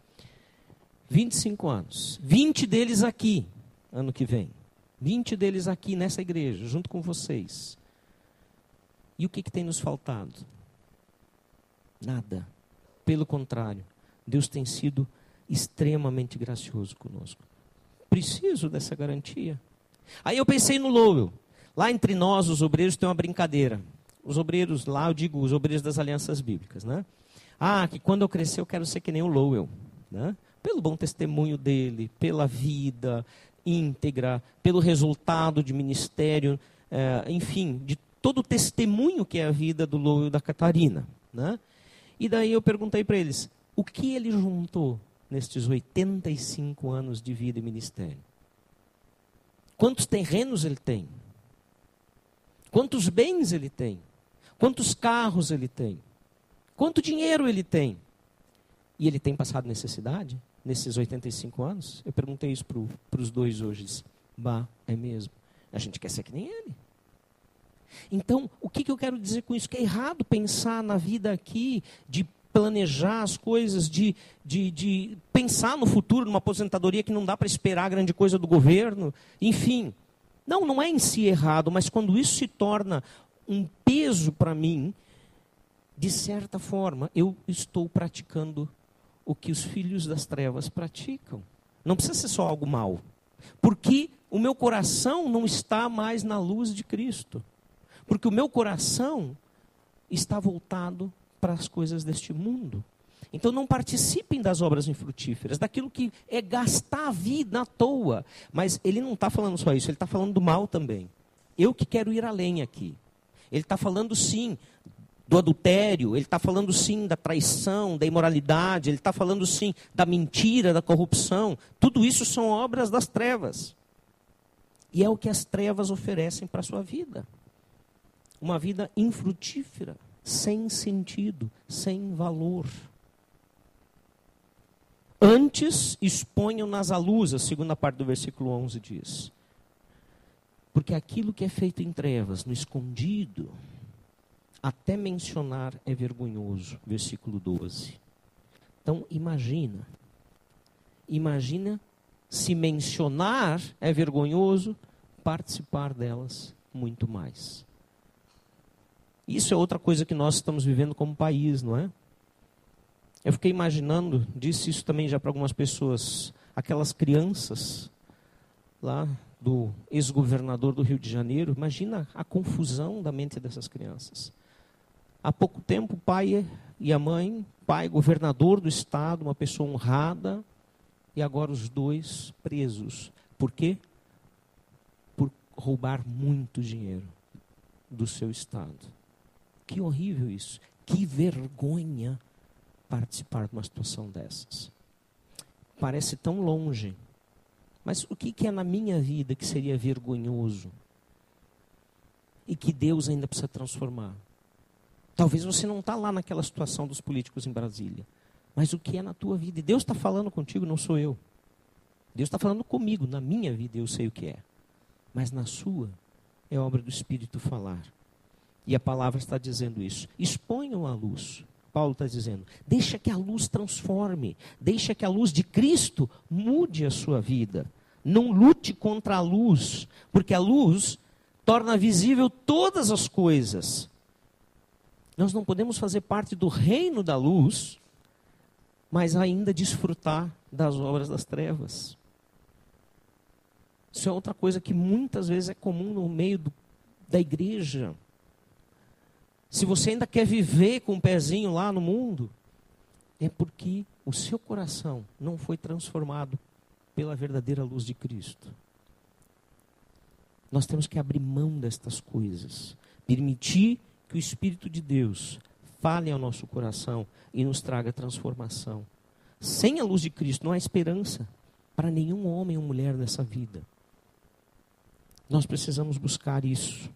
vinte e cinco anos. vinte deles aqui, ano que vem. vinte deles aqui nessa igreja, junto com vocês. E o que, que tem nos faltado? Nada. Pelo contrário, Deus tem sido extremamente gracioso conosco. Preciso dessa garantia. Aí eu pensei no Lowell. Lá entre nós, os obreiros, tem uma brincadeira. Os obreiros, lá eu digo, os obreiros das alianças bíblicas, né? Ah, que quando eu crescer eu quero ser que nem o Lowell, né? Pelo bom testemunho dele, pela vida íntegra, pelo resultado de ministério, é, enfim, de todo o testemunho que é a vida do Lowell e da Catarina, né? E daí eu perguntei para eles, o que ele juntou nestes oitenta e cinco anos de vida e ministério? Quantos terrenos ele tem? Quantos bens ele tem? Quantos carros ele tem? Quanto dinheiro ele tem? E ele tem passado necessidade nesses oitenta e cinco anos? Eu perguntei isso para os dois hoje. Disse, bah, é mesmo. A gente quer ser que nem ele. Então, o que, que eu quero dizer com isso? Que é errado pensar na vida aqui, de planejar as coisas, de, de, de pensar no futuro, numa aposentadoria que não dá para esperar grande coisa do governo. Enfim, não, não é em si errado, mas quando isso se torna um peso para mim, de certa forma, eu estou praticando o que os filhos das trevas praticam. Não precisa ser só algo mal. Porque o meu coração não está mais na luz de Cristo. Porque o meu coração está voltado para as coisas deste mundo. Então não participem das obras infrutíferas, daquilo que é gastar a vida à toa. Mas ele não está falando só isso, ele está falando do mal também. Eu que quero ir além aqui. Ele está falando sim do adultério, ele está falando sim da traição, da imoralidade, ele está falando sim da mentira, da corrupção. Tudo isso são obras das trevas. E é o que as trevas oferecem para a sua vida. Uma vida infrutífera, sem sentido, sem valor. Antes exponham-nas à luz, a segunda parte do versículo onze diz. Porque aquilo que é feito em trevas, no escondido, até mencionar é vergonhoso. Versículo doze. Então, imagina. Imagina se mencionar é vergonhoso, participar delas muito mais. Isso é outra coisa que nós estamos vivendo como país, não é? Eu fiquei imaginando, disse isso também já para algumas pessoas, aquelas crianças lá do ex-governador do Rio de Janeiro, imagina a confusão da mente dessas crianças. Há pouco tempo o pai e a mãe, pai governador do estado, uma pessoa honrada, e agora os dois presos. Por quê? Por roubar muito dinheiro do seu estado. Que horrível isso. Que vergonha participar de uma situação dessas. Parece tão longe. Mas o que, que é na minha vida que seria vergonhoso? E que Deus ainda precisa transformar? Talvez você não está lá naquela situação dos políticos em Brasília. Mas o que é na tua vida? E Deus está falando contigo, não sou eu. Deus está falando comigo, na minha vida eu sei o que é. Mas na sua, é obra do Espírito falar. E a palavra está dizendo isso. Exponham a luz. Paulo está dizendo, deixa que a luz transforme. Deixa que a luz de Cristo mude a sua vida. Não lute contra a luz, porque a luz torna visível todas as coisas. Nós não podemos fazer parte do reino da luz, mas ainda desfrutar das obras das trevas. Isso é outra coisa que muitas vezes é comum no meio do, da igreja. Se você ainda quer viver com um pezinho lá no mundo, é porque o seu coração não foi transformado pela verdadeira luz de Cristo. Nós temos que abrir mão destas coisas, permitir que o Espírito de Deus fale ao nosso coração e nos traga transformação. Sem a luz de Cristo não há esperança para nenhum homem ou mulher nessa vida. Nós precisamos buscar isso.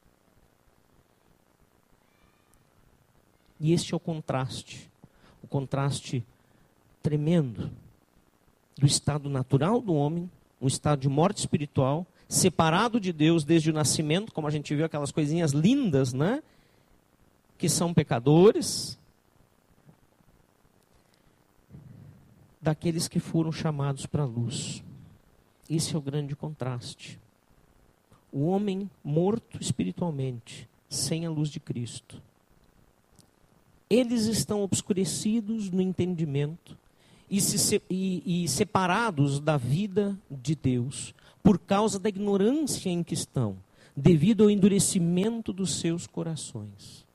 E este é o contraste, o contraste tremendo do estado natural do homem, um estado de morte espiritual, separado de Deus desde o nascimento, como a gente viu aquelas coisinhas lindas, né? Que são pecadores, daqueles que foram chamados para a luz. Esse é o grande contraste. O homem morto espiritualmente, sem a luz de Cristo. Eles estão obscurecidos no entendimento e, se, e, e separados da vida de Deus por causa da ignorância em que estão, devido ao endurecimento dos seus corações.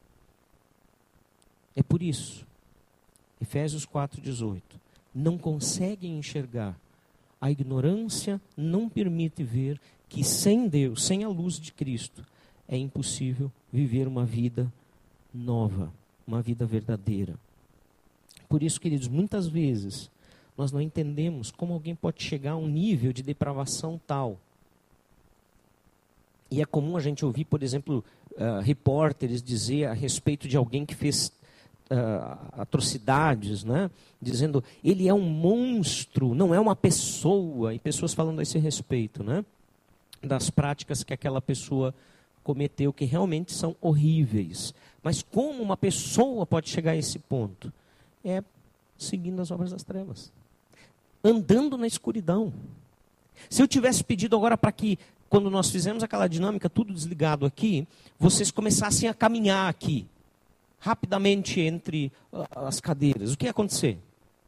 É por isso, Efésios quatro, dezoito, não conseguem enxergar. A ignorância não permite ver que sem Deus, sem a luz de Cristo, é impossível viver uma vida nova. Uma vida verdadeira. Por isso, queridos, muitas vezes nós não entendemos como alguém pode chegar a um nível de depravação tal. E é comum a gente ouvir, por exemplo, uh, repórteres dizer a respeito de alguém que fez uh, atrocidades, né? Dizendo, ele é um monstro, não é uma pessoa. E pessoas falando a esse respeito, né? Das práticas que aquela pessoa cometeu, que realmente são horríveis. Mas como uma pessoa pode chegar a esse ponto? É seguindo as obras das trevas. Andando na escuridão. Se eu tivesse pedido agora para que, quando nós fizemos aquela dinâmica, tudo desligado aqui, vocês começassem a caminhar aqui, rapidamente entre as cadeiras, o que ia acontecer?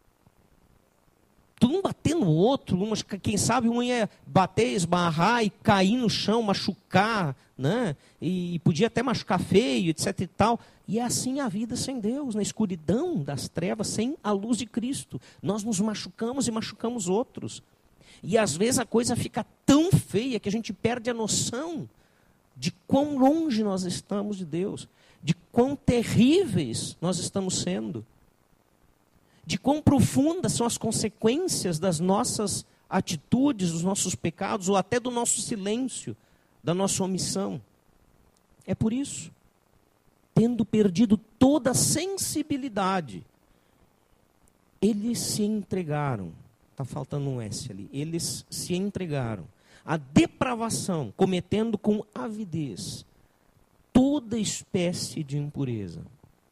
Todo um bater no outro, quem sabe um ia bater, esbarrar e cair no chão, machucar, né? E podia até machucar feio, etc e tal. E é assim a vida sem Deus, na escuridão das trevas, sem a luz de Cristo. Nós nos machucamos e machucamos outros. E às vezes a coisa fica tão feia que a gente perde a noção de quão longe nós estamos de Deus, de quão terríveis nós estamos sendo, de quão profundas são as consequências das nossas atitudes, dos nossos pecados, ou até do nosso silêncio, da nossa omissão. É por isso, tendo perdido toda a sensibilidade, eles se entregaram. Está faltando um S ali. Eles se entregaram à depravação, cometendo com avidez toda espécie de impureza.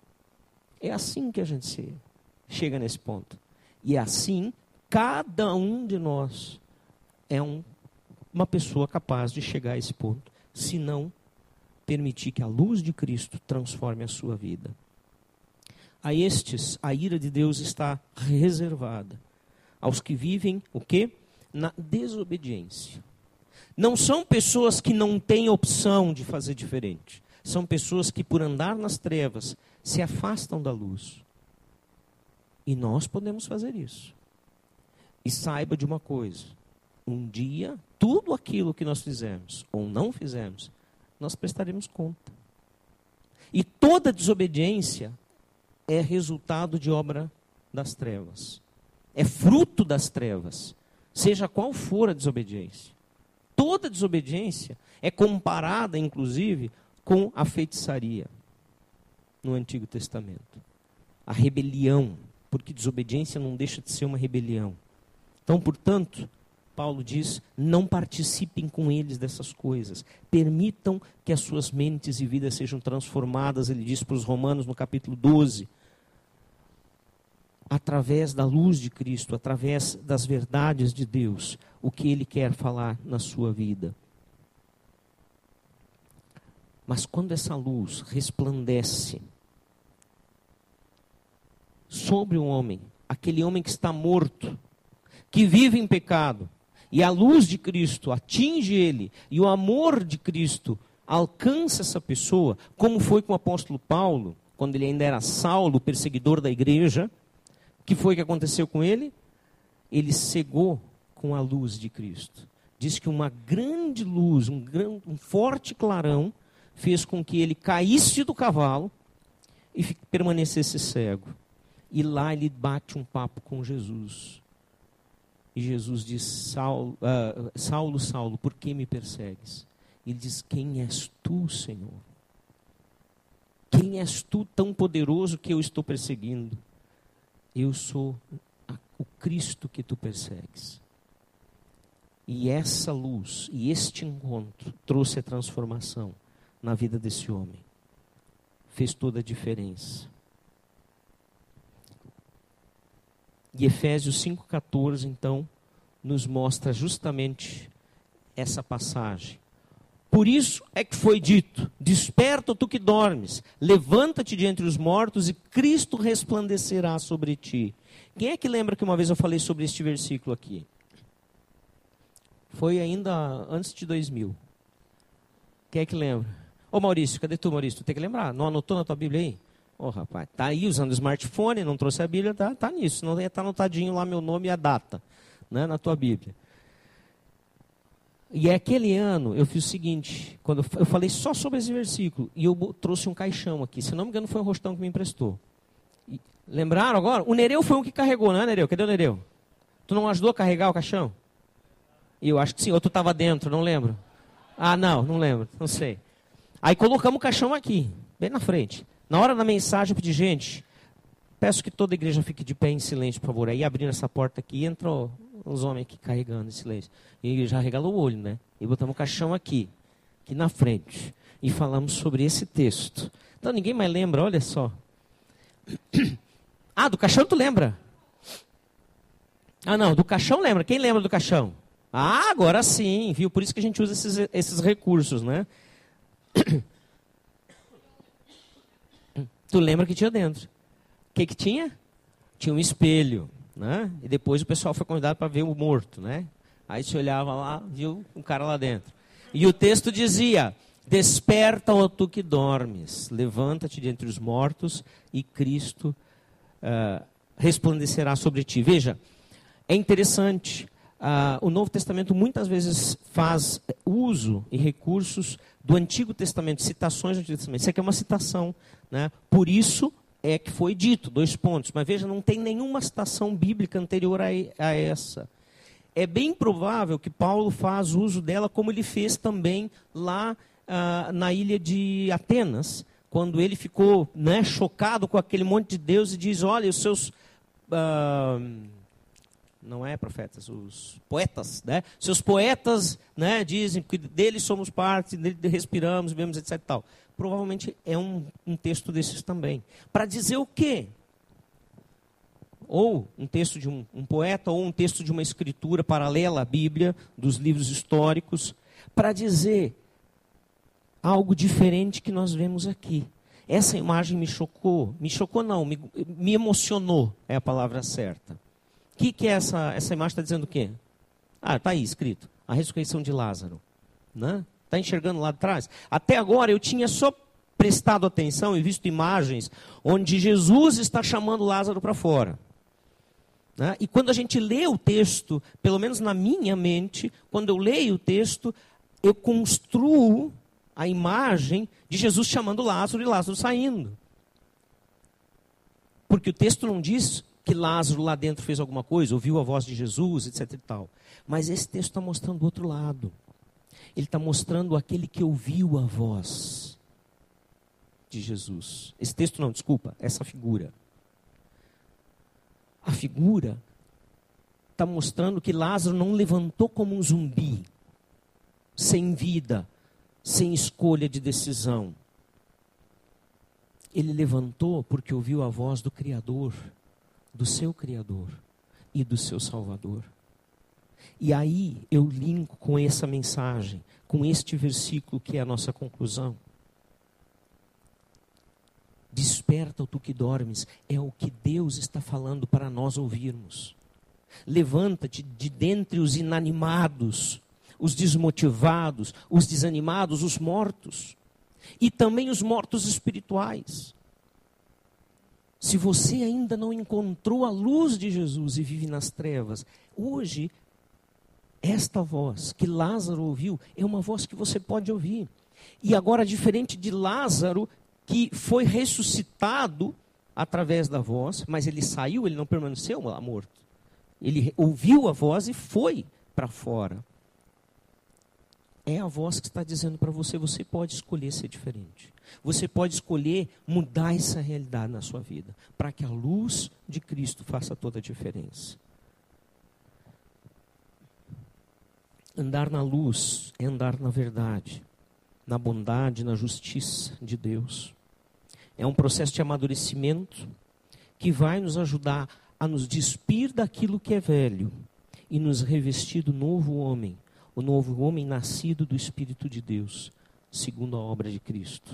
É assim que a gente se chega nesse ponto. E assim, cada um de nós é um, uma pessoa capaz de chegar a esse ponto, se não permitir que a luz de Cristo transforme a sua vida. A estes, a ira de Deus está reservada aos que vivem, o quê? Na desobediência. Não são pessoas que não têm opção de fazer diferente. São pessoas que, por andar nas trevas, se afastam da luz. E nós podemos fazer isso. E saiba de uma coisa. Um dia, tudo aquilo que nós fizemos, ou não fizemos, nós prestaremos conta. E toda desobediência é resultado de obra das trevas. É fruto das trevas, seja qual for a desobediência. Toda desobediência é comparada, inclusive, com a feitiçaria no Antigo Testamento. A rebelião, porque desobediência não deixa de ser uma rebelião. Então, portanto, Paulo diz, não participem com eles dessas coisas. Permitam que as suas mentes e vidas sejam transformadas, ele diz para os Romanos no capítulo doze, através da luz de Cristo, através das verdades de Deus, o que Ele quer falar na sua vida. Mas quando essa luz resplandece sobre um homem, aquele homem que está morto, que vive em pecado, e a luz de Cristo atinge ele, e o amor de Cristo alcança essa pessoa, como foi com o apóstolo Paulo, quando ele ainda era Saulo, perseguidor da igreja. O que foi que aconteceu com ele? Ele cegou com a luz de Cristo. Diz que uma grande luz, um, grande, um forte clarão, fez com que ele caísse do cavalo e permanecesse cego. E lá ele bate um papo com Jesus. E Jesus diz, Saulo, uh, Saulo, Saulo, por que me persegues? Ele diz, quem és tu, Senhor? Quem és tu tão poderoso que eu estou perseguindo? Eu sou a, o Cristo que tu persegues. E essa luz, e este encontro, trouxe a transformação na vida desse homem. Fez toda a diferença. E Efésios cinco, catorze, então, nos mostra justamente essa passagem. Por isso é que foi dito, desperta tu que dormes, levanta-te de entre os mortos e Cristo resplandecerá sobre ti. Quem é que lembra que uma vez eu falei sobre este versículo aqui? Foi ainda antes de dois mil. Quem é que lembra? Ô Maurício, cadê tu, Maurício? Tu tem que lembrar, não anotou na tua Bíblia aí? Ô oh, rapaz, tá aí usando o smartphone, não trouxe a Bíblia, tá, tá nisso, não ia estar anotadinho lá meu nome e a data, né, na tua Bíblia. E aquele ano eu fiz o seguinte, quando eu falei só sobre esse versículo, e eu trouxe um caixão aqui, se não me engano foi o Rostão que me emprestou. E, lembraram agora? O Nereu foi um que carregou, não é, Nereu? Cadê o Nereu? Tu não ajudou a carregar o caixão? Eu acho que sim, ou tu estava dentro, não lembro. Ah, não, não lembro, não sei. Aí colocamos o caixão aqui, bem na frente. Na hora da mensagem eu pedi, gente, peço que toda a igreja fique de pé em silêncio, por favor. Aí abrindo essa porta aqui, entrou os homens aqui carregando em silêncio. E já regalou o olho, né? E botamos o caixão aqui, aqui na frente. E falamos sobre esse texto. Então ninguém mais lembra, olha só. Ah, do caixão tu lembra? Ah, não, do caixão lembra. Quem lembra do caixão? Ah, agora sim, viu? Por isso que a gente usa esses, esses recursos, né? Tu lembra que tinha dentro. O que que tinha? Tinha um espelho, né? E depois o pessoal foi convidado para ver o morto, né? Aí se olhava lá, viu um cara lá dentro. E o texto dizia, desperta, ó tu que dormes, levanta-te de entre os mortos e Cristo uh, resplandecerá sobre ti. Veja, é interessante, uh, o Novo Testamento muitas vezes faz uso e recursos do Antigo Testamento, citações do Antigo Testamento. Isso aqui é uma citação, né? Por isso é que foi dito, dois pontos. Mas veja, não tem nenhuma citação bíblica anterior a, a essa. É bem provável que Paulo faz uso dela como ele fez também lá ah, na ilha de Atenas, quando ele ficou, né, chocado com aquele monte de Deus e diz, olha, os seus... Ah, não é profetas, os poetas, né? Seus poetas, né, dizem que deles somos parte, dele respiramos, vivemos, etc e tal. Provavelmente é um, um texto desses também. Para dizer o quê? Ou um texto de um, um poeta, ou um texto de uma escritura paralela à Bíblia, dos livros históricos, para dizer algo diferente que nós vemos aqui. Essa imagem me chocou, me chocou não, me, me emocionou, é a palavra certa. O que, que é essa, essa imagem está dizendo o quê? Ah, está aí escrito, a ressurreição de Lázaro. Né? Está enxergando lá atrás? Até agora eu tinha só prestado atenção e visto imagens onde Jesus está chamando Lázaro para fora. Né? E quando a gente lê o texto, pelo menos na minha mente, quando eu leio o texto, eu construo a imagem de Jesus chamando Lázaro e Lázaro saindo. Porque o texto não diz que Lázaro lá dentro fez alguma coisa, ouviu a voz de Jesus, etc e tal. Mas esse texto está mostrando o outro lado. Ele está mostrando aquele que ouviu a voz de Jesus. Esse texto não, desculpa, essa figura. A figura está mostrando que Lázaro não levantou como um zumbi, sem vida, sem escolha de decisão. Ele levantou porque ouviu a voz do Criador, do seu Criador e do seu Salvador. E aí eu linko com essa mensagem, com este versículo que é a nossa conclusão. Desperta, tu que dormes, é o que Deus está falando para nós ouvirmos. Levanta-te de dentre os inanimados, os desmotivados, os desanimados, os mortos. E também os mortos espirituais. Se você ainda não encontrou a luz de Jesus e vive nas trevas, hoje, esta voz que Lázaro ouviu, é uma voz que você pode ouvir. E agora, diferente de Lázaro, que foi ressuscitado através da voz, mas ele saiu, ele não permaneceu lá morto. Ele ouviu a voz e foi para fora. É a voz que está dizendo para você, você pode escolher ser diferente. Você pode escolher mudar essa realidade na sua vida, para que a luz de Cristo faça toda a diferença. Andar na luz é andar na verdade, na bondade, na justiça de Deus. É um processo de amadurecimento que vai nos ajudar a nos despir daquilo que é velho e nos revestir do novo homem, o novo homem nascido do Espírito de Deus, segundo a obra de Cristo.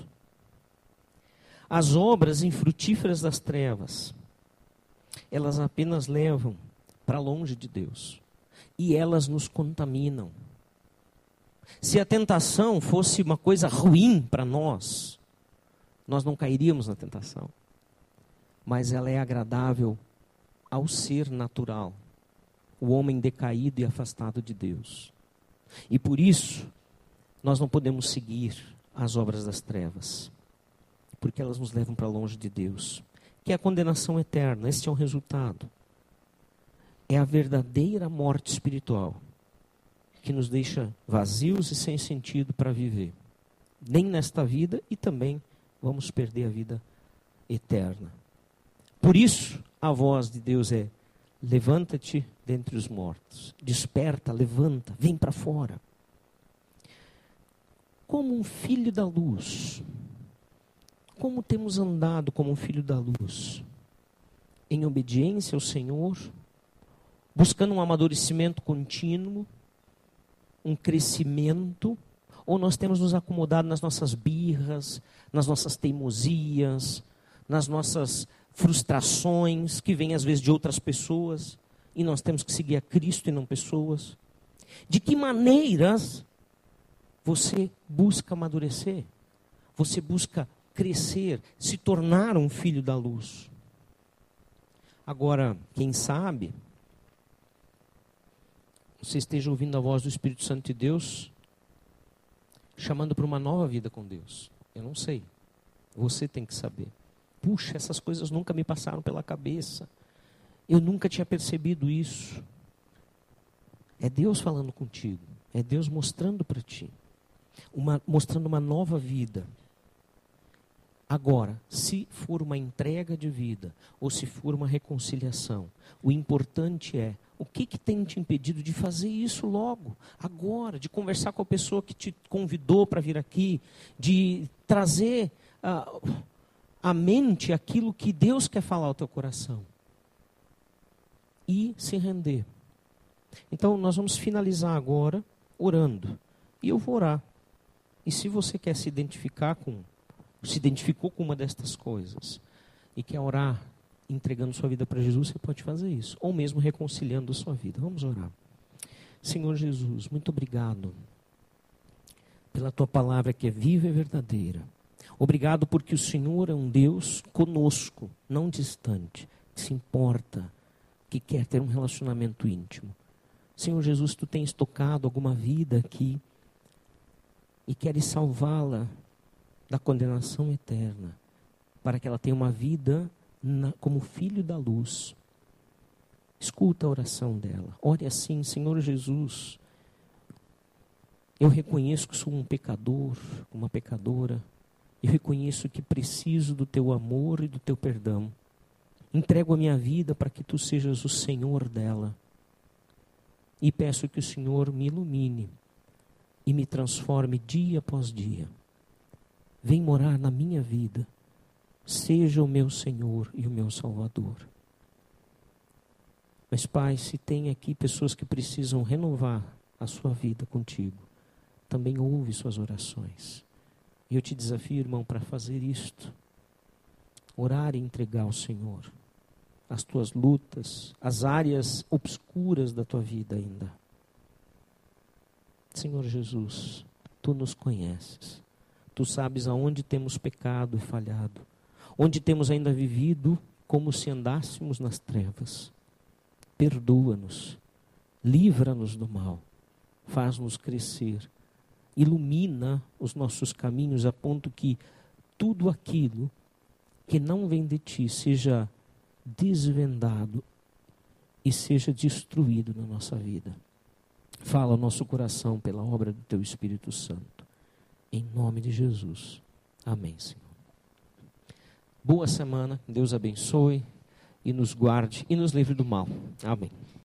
As obras infrutíferas das trevas, elas apenas levam para longe de Deus. E elas nos contaminam. Se a tentação fosse uma coisa ruim para nós, nós não cairíamos na tentação. Mas ela é agradável ao ser natural, o homem decaído e afastado de Deus. E por isso, nós não podemos seguir as obras das trevas, porque elas nos levam para longe de Deus, que é a condenação eterna. Este é o resultado. é a verdadeira morte espiritual, que nos deixa vazios e sem sentido para viver. Nem nesta vida e também vamos perder a vida eterna. Por isso, a voz de Deus é: levanta-te dentre os mortos. Desperta, levanta, vem para fora. Como um filho da luz. Como temos andado como um filho da luz? Em obediência ao Senhor, buscando um amadurecimento contínuo, um crescimento, ou nós temos nos acomodado nas nossas birras, nas nossas teimosias, nas nossas frustrações, que vêm às vezes de outras pessoas, e nós temos que seguir a Cristo e não pessoas? De que maneiras você busca amadurecer? Você busca crescer, se tornar um filho da luz? Agora, quem sabe, você esteja ouvindo a voz do Espírito Santo de Deus, chamando para uma nova vida com Deus. Eu não sei. Você tem que saber. Puxa, essas coisas nunca me passaram pela cabeça. Eu nunca tinha percebido isso. É Deus falando contigo. É Deus mostrando para ti. Uma, mostrando uma nova vida. Agora, se for uma entrega de vida, ou se for uma reconciliação, o importante é, o que, que tem te impedido de fazer isso logo, agora, de conversar com a pessoa que te convidou para vir aqui, de trazer uh, à mente aquilo que Deus quer falar ao teu coração. E se render. Então, nós vamos finalizar agora orando. E eu vou orar. E se você quer se identificar com, se identificou com uma destas coisas, e quer orar entregando sua vida para Jesus, você pode fazer isso. Ou mesmo reconciliando a sua vida. Vamos orar. Senhor Jesus, muito obrigado pela tua palavra que é viva e verdadeira. Obrigado porque o Senhor é um Deus conosco, não distante, que se importa, que quer ter um relacionamento íntimo. Senhor Jesus, tu tens tocado alguma vida aqui e queres salvá-la da condenação eterna, para que ela tenha uma vida na, como filho da luz. Escuta a oração dela. Ore assim: Senhor Jesus, eu reconheço que sou um pecador, uma pecadora. Eu reconheço que preciso do teu amor e do teu perdão. Entrego a minha vida para que tu sejas o Senhor dela. E peço que o Senhor me ilumine e me transforme dia após dia. Vem morar na minha vida. Seja o meu Senhor e o meu Salvador. Mas, Pai, se tem aqui pessoas que precisam renovar a sua vida contigo, também ouve suas orações. E eu te desafio, irmão, para fazer isto. Orar e entregar ao Senhor as tuas lutas, as áreas obscuras da tua vida ainda. Senhor Jesus, tu nos conheces. Tu sabes aonde temos pecado e falhado. Onde temos ainda vivido como se andássemos nas trevas. Perdoa-nos. Livra-nos do mal. Faz-nos crescer. Ilumina os nossos caminhos a ponto que tudo aquilo que não vem de ti seja desvendado e seja destruído na nossa vida. Fala ao nosso coração pela obra do teu Espírito Santo. Em nome de Jesus. Amém, Senhor. Boa semana. Deus abençoe e nos guarde e nos livre do mal. Amém.